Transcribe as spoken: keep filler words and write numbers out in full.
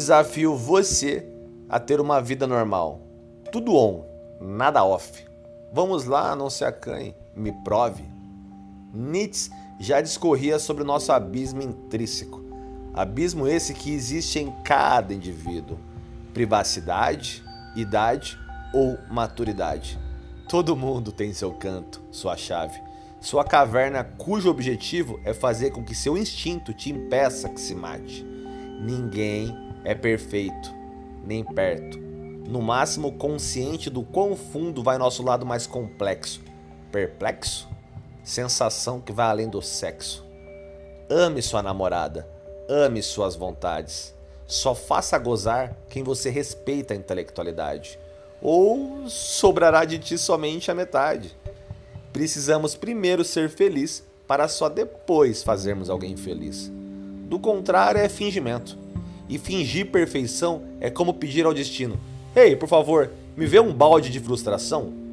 desafio você a ter uma vida normal. Tudo on, nada off. Vamos lá, não se acanhe, me prove. Nietzsche já discorria sobre o nosso abismo intrínseco. Abismo esse que existe em cada indivíduo. Privacidade, idade ou maturidade. Todo mundo tem seu canto, sua chave. Sua caverna cujo objetivo é fazer com que seu instinto te impeça que se mate. Ninguém é perfeito, nem perto. No máximo consciente do quão fundo vai nosso lado mais complexo. Perplexo? Sensação que vai além do sexo. Ame sua namorada, ame suas vontades. Só faça gozar quem você respeita a intelectualidade. Ou sobrará de ti somente a metade. Precisamos primeiro ser felizes para só depois fazermos alguém feliz. Do contrário é fingimento. E fingir perfeição é como pedir ao destino: ei, por favor, me vê um balde de frustração?